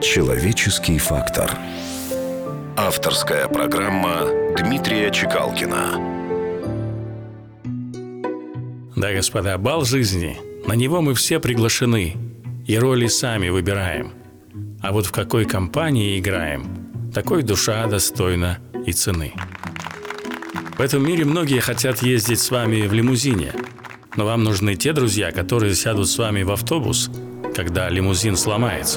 Человеческий фактор. Авторская программа Дмитрия Чекалкина. Да, господа, бал жизни. На него мы все приглашены, и роли сами выбираем. А вот в какой компании играем, такой душа достойна и цены. В этом мире многие хотят ездить с вами в лимузине, но вам нужны те друзья, которые сядут с вами в автобус, когда лимузин сломается.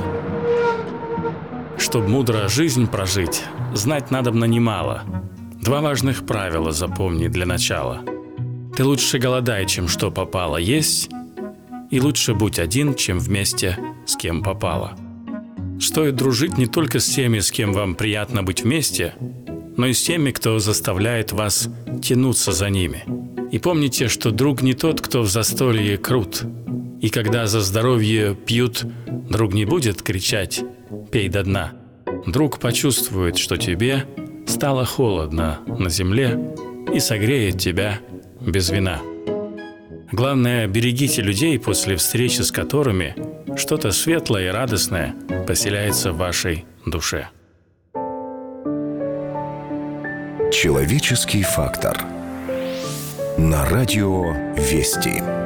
Чтоб мудро жизнь прожить, знать надобно немало. Два важных правила запомни для начала. Ты лучше голодай, чем что попало есть, и лучше будь один, чем вместе, с кем попало. Стоит дружить не только с теми, с кем вам приятно быть вместе, но и с теми, кто заставляет вас тянуться за ними. И помните, что друг не тот, кто в застолье крут. И когда за здоровье пьют, друг не будет кричать «пей до дна». Друг почувствует, что тебе стало холодно на земле и согреет тебя без вина. Главное, берегите людей, после встречи с которыми что-то светлое и радостное поселяется в вашей душе. Человеческий фактор. На радио Вести.